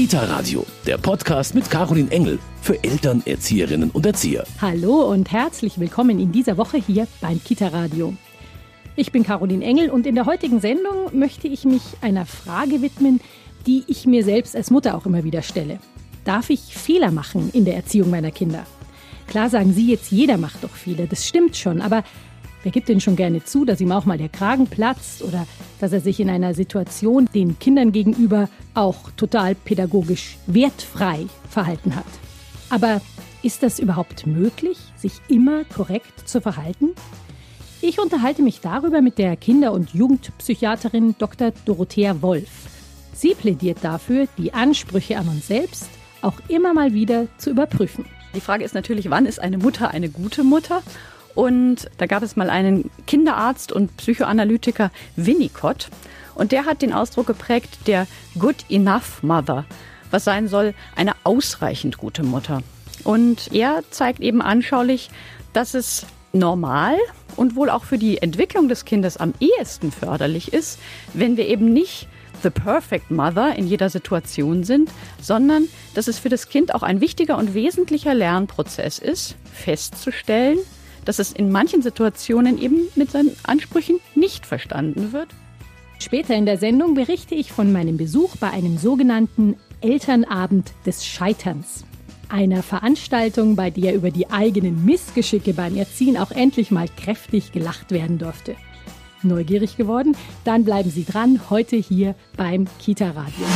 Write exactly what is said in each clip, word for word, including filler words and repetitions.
Kita Radio, der Podcast mit Caroline Engel für Eltern, Erzieherinnen und Erzieher. Hallo und herzlich willkommen in dieser Woche hier beim Kita Radio. Ich bin Caroline Engel und in der heutigen Sendung möchte ich mich einer Frage widmen, die ich mir selbst als Mutter auch immer wieder stelle. Darf ich Fehler machen in der Erziehung meiner Kinder? Klar sagen Sie jetzt, jeder macht doch Fehler, das stimmt schon, aber wer gibt denn schon gerne zu, dass ihm auch mal der Kragen platzt oder dass er sich in einer Situation den Kindern gegenüber auch total pädagogisch wertfrei verhalten hat? Aber ist das überhaupt möglich, sich immer korrekt zu verhalten? Ich unterhalte mich darüber mit der Kinder- und Jugendpsychiaterin Doktor Dorothea Wolf. Sie plädiert dafür, die Ansprüche an uns selbst auch immer mal wieder zu überprüfen. Die Frage ist natürlich, wann ist eine Mutter eine gute Mutter? Und da gab es mal einen Kinderarzt und Psychoanalytiker, Winnicott. Und der hat den Ausdruck geprägt, der Good Enough Mother, was sein soll, eine ausreichend gute Mutter. Und er zeigt eben anschaulich, dass es normal und wohl auch für die Entwicklung des Kindes am ehesten förderlich ist, wenn wir eben nicht the perfect mother in jeder Situation sind, sondern dass es für das Kind auch ein wichtiger und wesentlicher Lernprozess ist, festzustellen, dass es in manchen Situationen eben mit seinen Ansprüchen nicht verstanden wird. Später in der Sendung berichte ich von meinem Besuch bei einem sogenannten Elternabend des Scheiterns. Einer Veranstaltung, bei der über die eigenen Missgeschicke beim Erziehen auch endlich mal kräftig gelacht werden durfte. Neugierig geworden? Dann bleiben Sie dran, heute hier beim Kita Radio.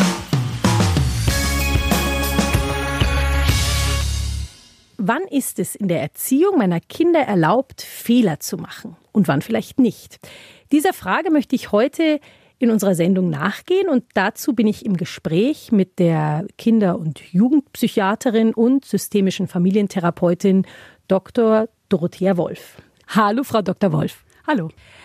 Wann ist es in der Erziehung meiner Kinder erlaubt, Fehler zu machen und wann vielleicht nicht? Dieser Frage möchte ich heute in unserer Sendung nachgehen und dazu bin ich im Gespräch mit der Kinder- und Jugendpsychiaterin und systemischen Familientherapeutin Doktor Dorothea Wolf. Hallo, Frau Doktor Wolf. Hallo.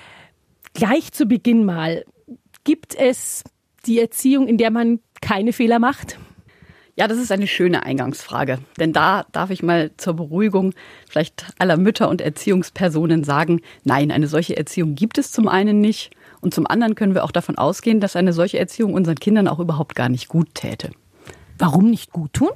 Gleich zu Beginn mal, gibt es die Erziehung, in der man keine Fehler macht? Ja, das ist eine schöne Eingangsfrage, denn da darf ich mal zur Beruhigung vielleicht aller Mütter und Erziehungspersonen sagen, nein, eine solche Erziehung gibt es zum einen nicht und zum anderen können wir auch davon ausgehen, dass eine solche Erziehung unseren Kindern auch überhaupt gar nicht gut täte. Warum nicht gut tun?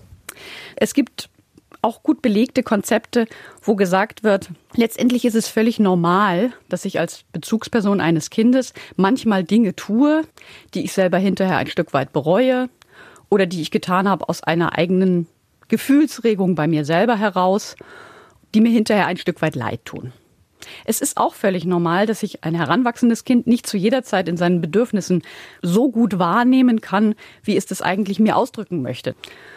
Es gibt auch gut belegte Konzepte, wo gesagt wird, letztendlich ist es völlig normal, dass ich als Bezugsperson eines Kindes manchmal Dinge tue, die ich selber hinterher ein Stück weit bereue, oder die ich getan habe aus einer eigenen Gefühlsregung bei mir selber heraus, die mir hinterher ein Stück weit leid tun. Es ist auch völlig normal, dass ich ein heranwachsendes Kind nicht zu jeder Zeit in seinen Bedürfnissen so gut wahrnehmen kann, wie es das eigentlich mir ausdrücken möchte.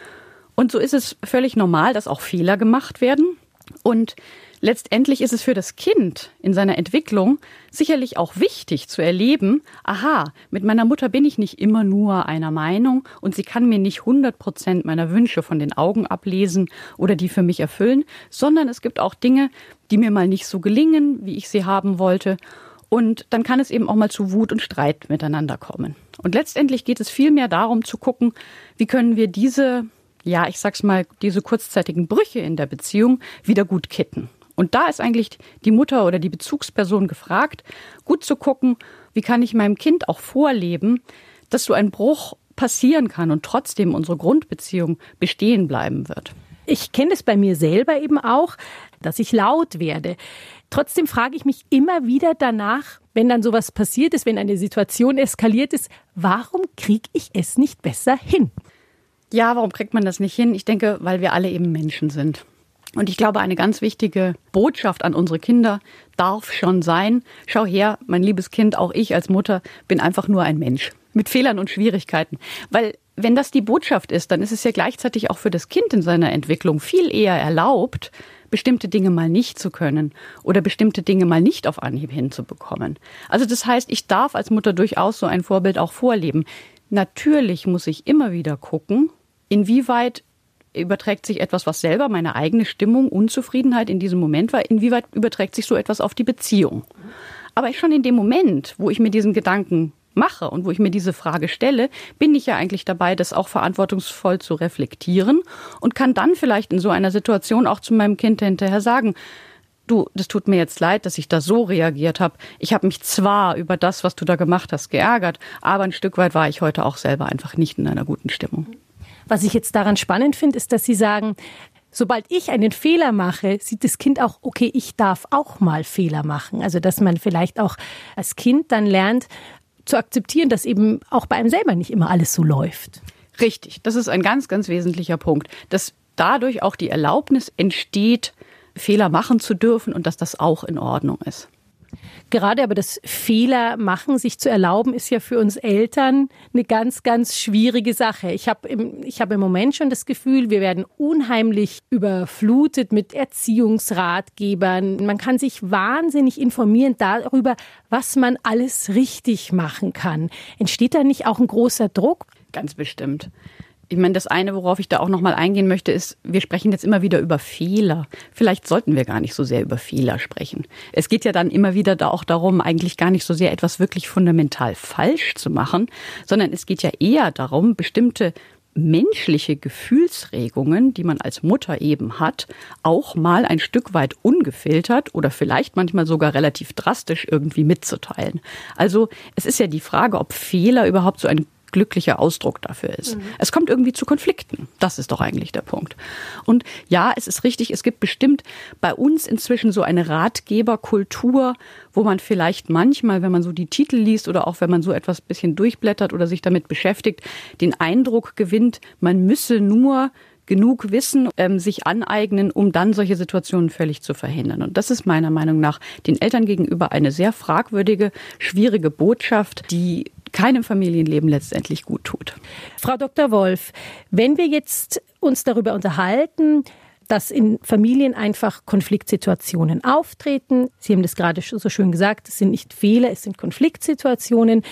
Und so ist es völlig normal, dass auch Fehler gemacht werden. Und letztendlich ist es für das Kind in seiner Entwicklung sicherlich auch wichtig zu erleben, aha, mit meiner Mutter bin ich nicht immer nur einer Meinung und sie kann mir nicht hundert Prozent meiner Wünsche von den Augen ablesen oder die für mich erfüllen, sondern es gibt auch Dinge, die mir mal nicht so gelingen, wie ich sie haben wollte. Und dann kann es eben auch mal zu Wut und Streit miteinander kommen. Und letztendlich geht es vielmehr darum zu gucken, wie können wir diese ja, ich sag's mal, diese kurzzeitigen Brüche in der Beziehung wieder gut kitten. Und da ist eigentlich die Mutter oder die Bezugsperson gefragt, gut zu gucken, wie kann ich meinem Kind auch vorleben, dass so ein Bruch passieren kann und trotzdem unsere Grundbeziehung bestehen bleiben wird. Ich kenne es bei mir selber eben auch, dass ich laut werde. Trotzdem frage ich mich immer wieder danach, wenn dann sowas passiert ist, wenn eine Situation eskaliert ist, warum kriege ich es nicht besser hin? Ja, warum kriegt man das nicht hin? Ich denke, weil wir alle eben Menschen sind. Und ich glaube, eine ganz wichtige Botschaft an unsere Kinder darf schon sein, schau her, mein liebes Kind, auch ich als Mutter bin einfach nur ein Mensch mit Fehlern und Schwierigkeiten. Weil wenn das die Botschaft ist, dann ist es ja gleichzeitig auch für das Kind in seiner Entwicklung viel eher erlaubt, bestimmte Dinge mal nicht zu können oder bestimmte Dinge mal nicht auf Anhieb hinzubekommen. Also das heißt, ich darf als Mutter durchaus so ein Vorbild auch vorleben. Natürlich muss ich immer wieder gucken, inwieweit überträgt sich etwas, was selber meine eigene Stimmung, Unzufriedenheit in diesem Moment war, inwieweit überträgt sich so etwas auf die Beziehung. Aber schon in dem Moment, wo ich mir diesen Gedanken mache und wo ich mir diese Frage stelle, bin ich ja eigentlich dabei, das auch verantwortungsvoll zu reflektieren und kann dann vielleicht in so einer Situation auch zu meinem Kind hinterher sagen, du, das tut mir jetzt leid, dass ich da so reagiert habe. Ich habe mich zwar über das, was du da gemacht hast, geärgert, aber ein Stück weit war ich heute auch selber einfach nicht in einer guten Stimmung. Was ich jetzt daran spannend finde, ist, dass Sie sagen, sobald ich einen Fehler mache, sieht das Kind auch, okay, ich darf auch mal Fehler machen. Also dass man vielleicht auch als Kind dann lernt zu akzeptieren, dass eben auch bei einem selber nicht immer alles so läuft. Richtig, das ist ein ganz, ganz wesentlicher Punkt, dass dadurch auch die Erlaubnis entsteht, Fehler machen zu dürfen und dass das auch in Ordnung ist. Gerade aber das Fehler machen, sich zu erlauben, ist ja für uns Eltern eine ganz, ganz schwierige Sache. Ich habe im, ich habe im Moment schon das Gefühl, wir werden unheimlich überflutet mit Erziehungsratgebern. Man kann sich wahnsinnig informieren darüber, was man alles richtig machen kann. Entsteht da nicht auch ein großer Druck? Ganz bestimmt. Ich meine, das eine, worauf ich da auch noch mal eingehen möchte, ist, wir sprechen jetzt immer wieder über Fehler. Vielleicht sollten wir gar nicht so sehr über Fehler sprechen. Es geht ja dann immer wieder da auch darum, eigentlich gar nicht so sehr etwas wirklich fundamental falsch zu machen, sondern es geht ja eher darum, bestimmte menschliche Gefühlsregungen, die man als Mutter eben hat, auch mal ein Stück weit ungefiltert oder vielleicht manchmal sogar relativ drastisch irgendwie mitzuteilen. Also es ist ja die Frage, ob Fehler überhaupt so ein glücklicher Ausdruck dafür ist. Mhm. Es kommt irgendwie zu Konflikten. Das ist doch eigentlich der Punkt. Und ja, es ist richtig, es gibt bestimmt bei uns inzwischen so eine Ratgeberkultur, wo man vielleicht manchmal, wenn man so die Titel liest oder auch wenn man so etwas ein bisschen durchblättert oder sich damit beschäftigt, den Eindruck gewinnt, man müsse nur genug Wissen ähm, sich aneignen, um dann solche Situationen völlig zu verhindern. Und das ist meiner Meinung nach den Eltern gegenüber eine sehr fragwürdige, schwierige Botschaft, die keinem Familienleben letztendlich gut tut. Frau Doktor Wolf, wenn wir jetzt uns darüber unterhalten, dass in Familien einfach Konfliktsituationen auftreten, Sie haben das gerade so schön gesagt, es sind nicht Fehler, es sind Konfliktsituationen.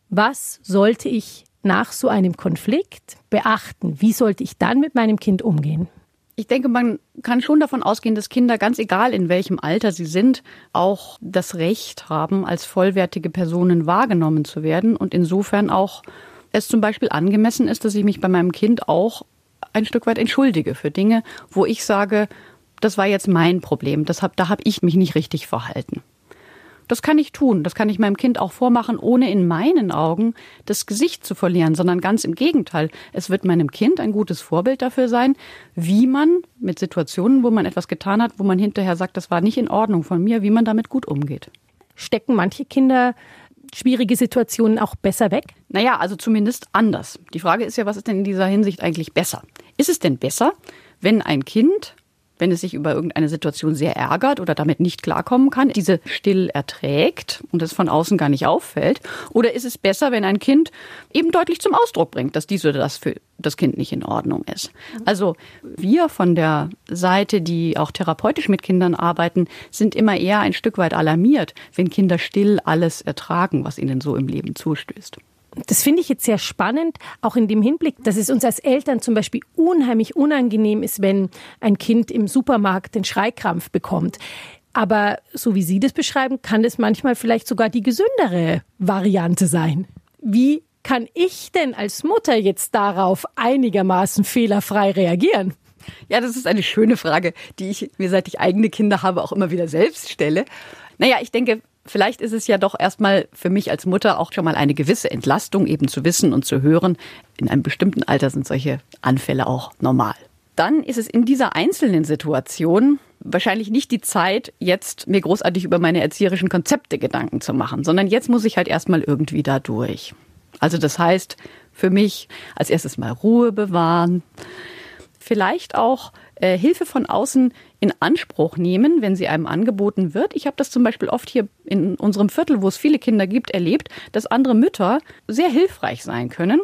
Was sollte ich nach so einem Konflikt beachten? Wie sollte ich dann mit meinem Kind umgehen? Ich denke, man kann schon davon ausgehen, dass Kinder, ganz egal in welchem Alter sie sind, auch das Recht haben, als vollwertige Personen wahrgenommen zu werden. Und insofern auch es zum Beispiel angemessen ist, dass ich mich bei meinem Kind auch ein Stück weit entschuldige für Dinge, wo ich sage, das war jetzt mein Problem, das hab, da habe ich mich nicht richtig verhalten. Das kann ich tun, das kann ich meinem Kind auch vormachen, ohne in meinen Augen das Gesicht zu verlieren, sondern ganz im Gegenteil. Es wird meinem Kind ein gutes Vorbild dafür sein, wie man mit Situationen, wo man etwas getan hat, wo man hinterher sagt, das war nicht in Ordnung von mir, wie man damit gut umgeht. Stecken manche Kinder schwierige Situationen auch besser weg? Naja, also zumindest anders. Die Frage ist ja, was ist denn in dieser Hinsicht eigentlich besser? Ist es denn besser, wenn ein Kind, wenn es sich über irgendeine Situation sehr ärgert oder damit nicht klarkommen kann, diese still erträgt und es von außen gar nicht auffällt? Oder ist es besser, wenn ein Kind eben deutlich zum Ausdruck bringt, dass dies oder das für das Kind nicht in Ordnung ist? Also wir von der Seite, die auch therapeutisch mit Kindern arbeiten, sind immer eher ein Stück weit alarmiert, wenn Kinder still alles ertragen, was ihnen so im Leben zustößt. Das finde ich jetzt sehr spannend, auch in dem Hinblick, dass es uns als Eltern zum Beispiel unheimlich unangenehm ist, wenn ein Kind im Supermarkt den Schreikrampf bekommt. Aber so wie Sie das beschreiben, kann das manchmal vielleicht sogar die gesündere Variante sein. Wie kann ich denn als Mutter jetzt darauf einigermaßen fehlerfrei reagieren? Ja, das ist eine schöne Frage, die ich mir, seit ich eigene Kinder habe, auch immer wieder selbst stelle. Naja, ich denke, vielleicht ist es ja doch erstmal für mich als Mutter auch schon mal eine gewisse Entlastung, eben zu wissen und zu hören, in einem bestimmten Alter sind solche Anfälle auch normal. Dann ist es in dieser einzelnen Situation wahrscheinlich nicht die Zeit, jetzt mir großartig über meine erzieherischen Konzepte Gedanken zu machen, sondern jetzt muss ich halt erstmal irgendwie da durch. Also das heißt, für mich als erstes mal Ruhe bewahren, vielleicht auch äh, Hilfe von außen in Anspruch nehmen, wenn sie einem angeboten wird. Ich habe das zum Beispiel oft hier in unserem Viertel, wo es viele Kinder gibt, erlebt, dass andere Mütter sehr hilfreich sein können.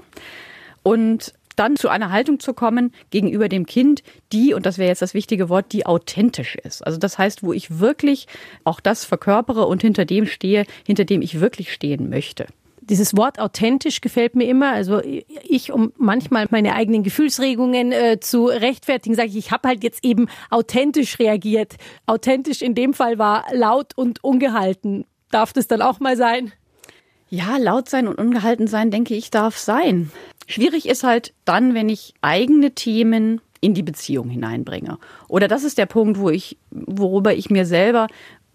Und dann zu einer Haltung zu kommen gegenüber dem Kind, die, und das wäre jetzt das wichtige Wort, die authentisch ist. Also das heißt, wo ich wirklich auch das verkörpere und hinter dem stehe, hinter dem ich wirklich stehen möchte. Dieses Wort authentisch gefällt mir immer. Also ich, um manchmal meine eigenen Gefühlsregungen äh, zu rechtfertigen, sage ich, ich habe halt jetzt eben authentisch reagiert. Authentisch in dem Fall war laut und ungehalten. Darf das dann auch mal sein? Ja, laut sein und ungehalten sein, denke ich, darf sein. Schwierig ist halt dann, wenn ich eigene Themen in die Beziehung hineinbringe. Oder das ist der Punkt, wo ich, worüber ich mir selber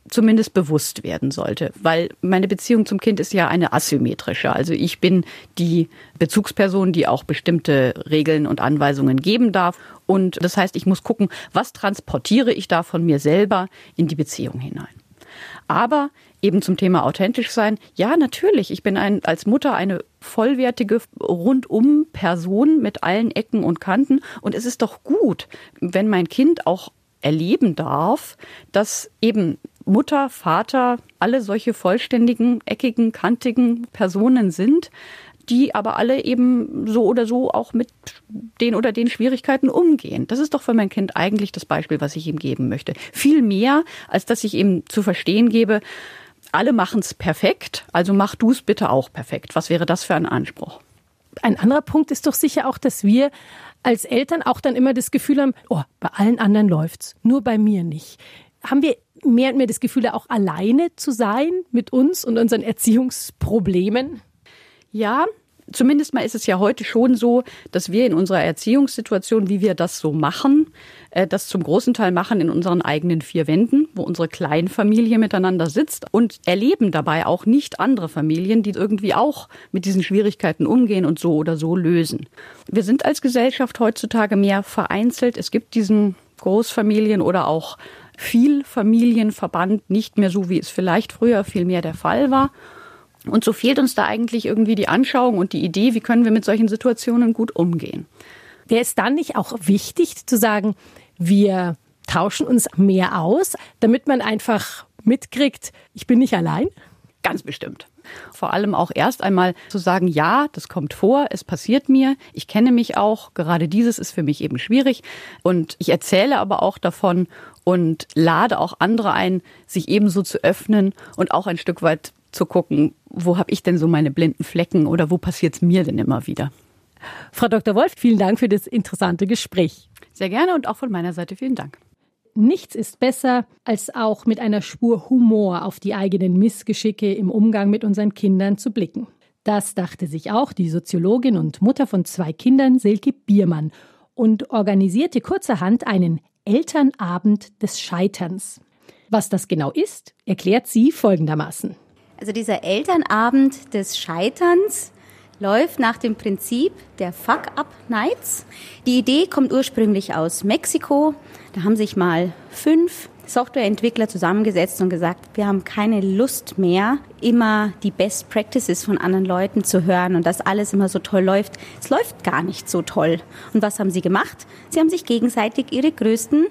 zumindest bewusst werden sollte, weil meine Beziehung zum Kind ist ja eine asymmetrische. Also ich bin die Bezugsperson, die auch bestimmte Regeln und Anweisungen geben darf. Und das heißt, ich muss gucken, was transportiere ich da von mir selber in die Beziehung hinein. Aber eben zum Thema authentisch sein, ja, natürlich, ich bin ein, als Mutter eine vollwertige Rundum-Person mit allen Ecken und Kanten. Und es ist doch gut, wenn mein Kind auch erleben darf, dass eben Mutter, Vater, alle solche vollständigen, eckigen, kantigen Personen sind, die aber alle eben so oder so auch mit den oder den Schwierigkeiten umgehen. Das ist doch für mein Kind eigentlich das Beispiel, was ich ihm geben möchte. Viel mehr, als dass ich ihm zu verstehen gebe, alle machen es perfekt, also mach du es bitte auch perfekt. Was wäre das für ein Anspruch? Ein anderer Punkt ist doch sicher auch, dass wir als Eltern auch dann immer das Gefühl haben, oh, bei allen anderen läuft's, nur bei mir nicht. Haben wir mehr und mehr das Gefühl, auch alleine zu sein mit uns und unseren Erziehungsproblemen? Ja, zumindest mal ist es ja heute schon so, dass wir in unserer Erziehungssituation, wie wir das so machen, das zum großen Teil machen in unseren eigenen vier Wänden, wo unsere Kleinfamilie miteinander sitzt und erleben dabei auch nicht andere Familien, die irgendwie auch mit diesen Schwierigkeiten umgehen und so oder so lösen. Wir sind als Gesellschaft heutzutage mehr vereinzelt. Es gibt diesen Großfamilien- oder auch Vielfamilienverband nicht mehr so, wie es vielleicht früher viel mehr der Fall war. Und so fehlt uns da eigentlich irgendwie die Anschauung und die Idee, wie können wir mit solchen Situationen gut umgehen. Wäre es dann nicht auch wichtig zu sagen, wir tauschen uns mehr aus, damit man einfach mitkriegt, ich bin nicht allein? Ganz bestimmt. Vor allem auch erst einmal zu sagen, ja, das kommt vor, es passiert mir, ich kenne mich auch, gerade dieses ist für mich eben schwierig und ich erzähle aber auch davon und lade auch andere ein, sich ebenso zu öffnen und auch ein Stück weit zu gucken, wo habe ich denn so meine blinden Flecken oder wo passiert es mir denn immer wieder. Frau Doktor Wolf, vielen Dank für das interessante Gespräch. Sehr gerne und auch von meiner Seite vielen Dank. Nichts ist besser, als auch mit einer Spur Humor auf die eigenen Missgeschicke im Umgang mit unseren Kindern zu blicken. Das dachte sich auch die Soziologin und Mutter von zwei Kindern Silke Biermann und organisierte kurzerhand einen Elternabend des Scheiterns. Was das genau ist, erklärt sie folgendermaßen. Also dieser Elternabend des Scheiterns läuft nach dem Prinzip der Fuck-Up-Nights. Die Idee kommt ursprünglich aus Mexiko. Da haben sich mal fünf Softwareentwickler zusammengesetzt und gesagt, wir haben keine Lust mehr, immer die Best Practices von anderen Leuten zu hören und dass alles immer so toll läuft. Es läuft gar nicht so toll. Und was haben sie gemacht? Sie haben sich gegenseitig ihre größten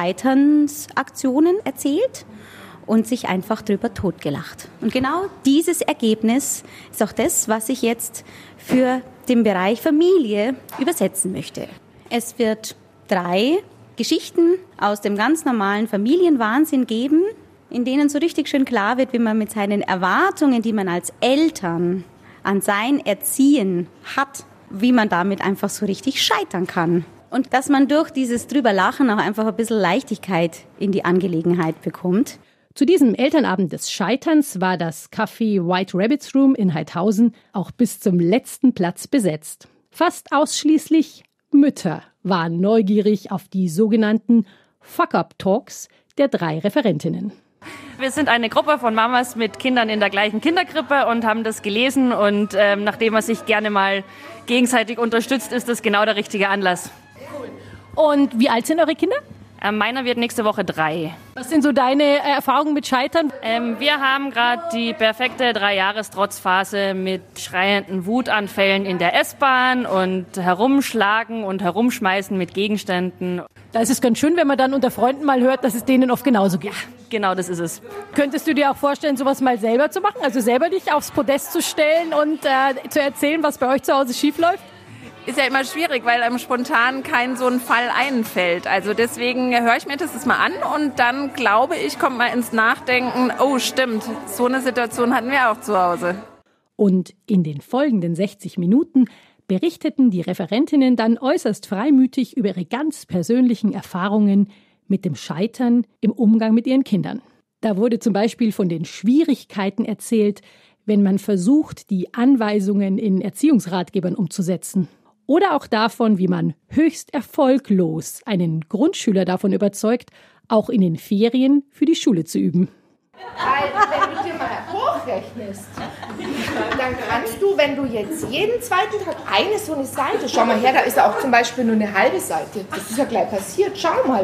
Scheiternsaktionen erzählt und sich einfach drüber totgelacht. Und genau dieses Ergebnis ist auch das, was ich jetzt für den Bereich Familie übersetzen möchte. Es wird drei Geschichten aus dem ganz normalen Familienwahnsinn geben, in denen so richtig schön klar wird, wie man mit seinen Erwartungen, die man als Eltern an sein Erziehen hat, wie man damit einfach so richtig scheitern kann. Und dass man durch dieses Drüberlachen auch einfach ein bisschen Leichtigkeit in die Angelegenheit bekommt. Zu diesem Elternabend des Scheiterns war das Café White Rabbit's Room in Heidhausen auch bis zum letzten Platz besetzt. Fast ausschließlich Mütter waren neugierig auf die sogenannten Fuck-Up-Talks der drei Referentinnen. Wir sind eine Gruppe von Mamas mit Kindern in der gleichen Kinderkrippe und haben das gelesen. Und ähm, nachdem man sich gerne mal gegenseitig unterstützt, ist das genau der richtige Anlass. Und wie alt sind eure Kinder? Ähm, meiner wird nächste Woche drei. Was sind so deine äh, Erfahrungen mit Scheitern? Ähm, wir haben gerade die perfekte Dreijahrestrotzphase mit schreienden Wutanfällen in der S-Bahn und Herumschlagen und Herumschmeißen mit Gegenständen. Da ist es ganz schön, wenn man dann unter Freunden mal hört, dass es denen oft genauso geht. Genau, das ist es. Könntest du dir auch vorstellen, sowas mal selber zu machen? Also selber dich aufs Podest zu stellen und äh, zu erzählen, was bei euch zu Hause schief läuft? Ist ja immer schwierig, weil einem spontan kein so ein Fall einfällt. Also deswegen höre ich mir das mal an und dann, glaube ich, kommt man ins Nachdenken, oh stimmt, so eine Situation hatten wir auch zu Hause. Und in den folgenden sechzig Minuten berichteten die Referentinnen dann äußerst freimütig über ihre ganz persönlichen Erfahrungen mit dem Scheitern im Umgang mit ihren Kindern. Da wurde zum Beispiel von den Schwierigkeiten erzählt, wenn man versucht, die Anweisungen in Erziehungsratgebern umzusetzen. Oder auch davon, wie man höchst erfolglos einen Grundschüler davon überzeugt, auch in den Ferien für die Schule zu üben. Weil, wenn du dir mal hochrechnest, dann kannst du, wenn du jetzt jeden zweiten Tag eine so eine Seite, schau mal her, da ist ja auch zum Beispiel nur eine halbe Seite. Das ist ja gleich passiert, schau mal.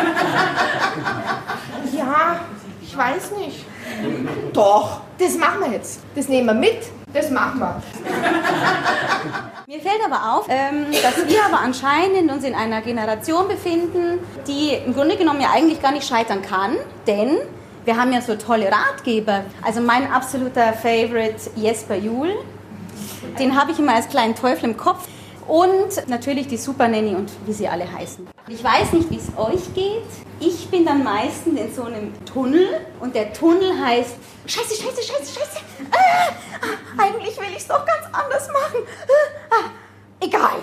Ja, ich weiß nicht. Doch, das machen wir jetzt. Das nehmen wir mit, das machen wir. Mir fällt aber auf, ähm, dass wir aber anscheinend uns in einer Generation befinden, die im Grunde genommen ja eigentlich gar nicht scheitern kann, denn wir haben ja so tolle Ratgeber. Also mein absoluter Favorite Jesper Juhl, den habe ich immer als kleinen Teufel im Kopf. Und natürlich die Super Nanny und wie sie alle heißen. Ich weiß nicht, wie es euch geht. Ich bin dann meistens in so einem Tunnel und der Tunnel heißt Scheiße, Scheiße, Scheiße, Scheiße. Äh, eigentlich will ich es doch ganz anders machen. Äh, egal.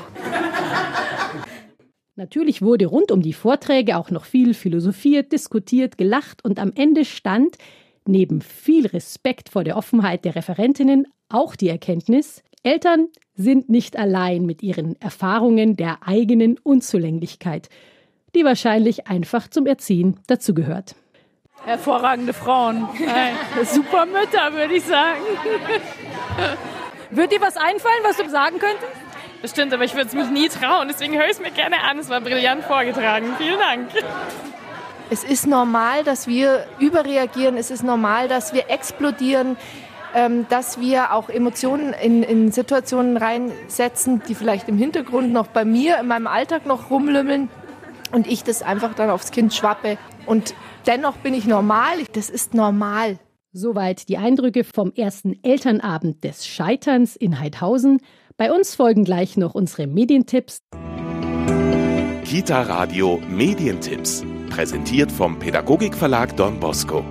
Natürlich wurde rund um die Vorträge auch noch viel philosophiert, diskutiert, gelacht und am Ende stand, neben viel Respekt vor der Offenheit der Referentinnen, auch die Erkenntnis, Eltern sind nicht allein mit ihren Erfahrungen der eigenen Unzulänglichkeit, die wahrscheinlich einfach zum Erziehen dazugehört. Hervorragende Frauen, äh, super Mütter, würde ich sagen. Wird dir was einfallen, was du sagen könntest? Bestimmt, aber ich würde es mich nie trauen, deswegen höre ich es mir gerne an. Es war brillant vorgetragen. Vielen Dank. Es ist normal, dass wir überreagieren, es ist normal, dass wir explodieren, ähm, dass wir auch Emotionen in, in Situationen reinsetzen, die vielleicht im Hintergrund noch bei mir, in meinem Alltag noch rumlümmeln und ich das einfach dann aufs Kind schwappe. Und dennoch bin ich normal, das ist normal. Soweit die Eindrücke vom ersten Elternabend des Scheiterns in Heidhausen. Bei uns folgen gleich noch unsere Medientipps. Kita Radio Medientipps, präsentiert vom Pädagogikverlag Don Bosco.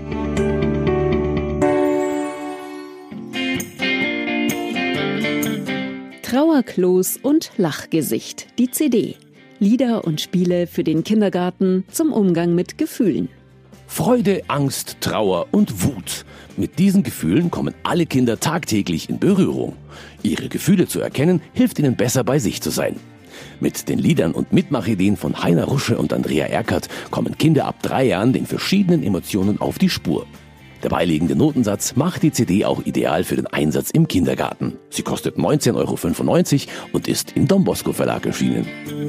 Trauerklos und Lachgesicht, die C D. Lieder und Spiele für den Kindergarten zum Umgang mit Gefühlen. Freude, Angst, Trauer und Wut. Mit diesen Gefühlen kommen alle Kinder tagtäglich in Berührung. Ihre Gefühle zu erkennen, hilft ihnen besser bei sich zu sein. Mit den Liedern und Mitmachideen von Heiner Rusche und Andrea Erkert kommen Kinder ab drei Jahren den verschiedenen Emotionen auf die Spur. Der beiliegende Notensatz macht die C D auch ideal für den Einsatz im Kindergarten. Sie kostet neunzehn Euro fünfundneunzig und ist im Don Bosco Verlag erschienen.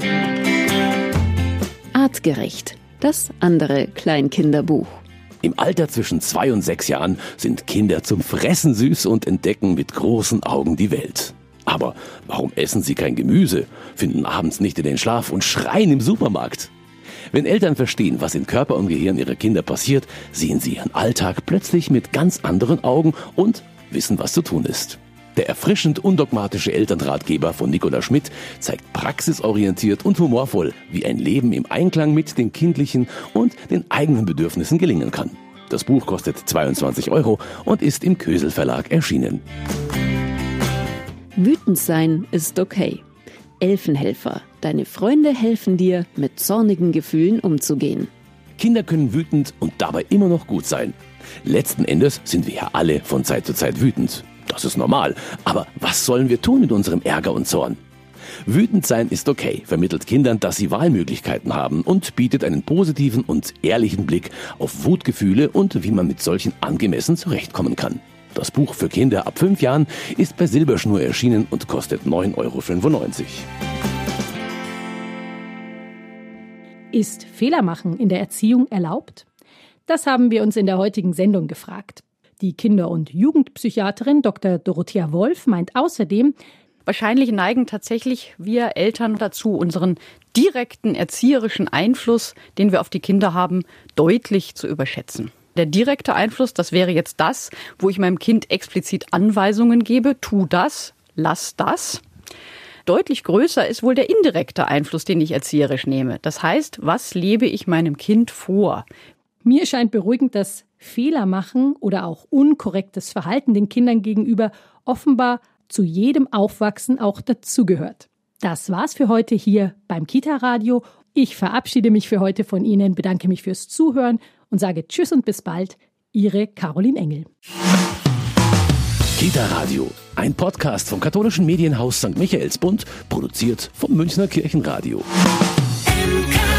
Artgerecht, das andere Kleinkinderbuch. Im Alter zwischen zwei und sechs Jahren sind Kinder zum Fressen süß und entdecken mit großen Augen die Welt. Aber warum essen sie kein Gemüse, finden abends nicht in den Schlaf und schreien im Supermarkt? Wenn Eltern verstehen, was im Körper und Gehirn ihrer Kinder passiert, sehen sie ihren Alltag plötzlich mit ganz anderen Augen und wissen, was zu tun ist. Der erfrischend undogmatische Elternratgeber von Nicola Schmidt zeigt praxisorientiert und humorvoll, wie ein Leben im Einklang mit den kindlichen und den eigenen Bedürfnissen gelingen kann. Das Buch kostet zweiundzwanzig Euro und ist im Kösel Verlag erschienen. Wütend sein ist okay. Elfenhelfer. Deine Freunde helfen dir, mit zornigen Gefühlen umzugehen. Kinder können wütend und dabei immer noch gut sein. Letzten Endes sind wir ja alle von Zeit zu Zeit wütend. Das ist normal. Aber was sollen wir tun mit unserem Ärger und Zorn? Wütend sein ist okay, vermittelt Kindern, dass sie Wahlmöglichkeiten haben und bietet einen positiven und ehrlichen Blick auf Wutgefühle und wie man mit solchen angemessen zurechtkommen kann. Das Buch für Kinder ab fünf Jahren ist bei Silberschnur erschienen und kostet neun Euro fünfundneunzig. Ist Fehlermachen in der Erziehung erlaubt? Das haben wir uns in der heutigen Sendung gefragt. Die Kinder- und Jugendpsychiaterin Doktor Dorothea Wolf meint außerdem, wahrscheinlich neigen tatsächlich wir Eltern dazu, unseren direkten erzieherischen Einfluss, den wir auf die Kinder haben, deutlich zu überschätzen. Der direkte Einfluss, das wäre jetzt das, wo ich meinem Kind explizit Anweisungen gebe, tu das, lass das. Deutlich größer ist wohl der indirekte Einfluss, den ich erzieherisch nehme. Das heißt, was lebe ich meinem Kind vor? Mir scheint beruhigend, dass Fehler machen oder auch unkorrektes Verhalten den Kindern gegenüber offenbar zu jedem Aufwachsen auch dazugehört. Das war's für heute hier beim Kita-Radio. Ich verabschiede mich für heute von Ihnen, bedanke mich fürs Zuhören und sage Tschüss und bis bald. Ihre Caroline Engel. Kita-Radio, ein Podcast vom katholischen Medienhaus Sankt Michaelsbund, produziert vom Münchner Kirchenradio. M K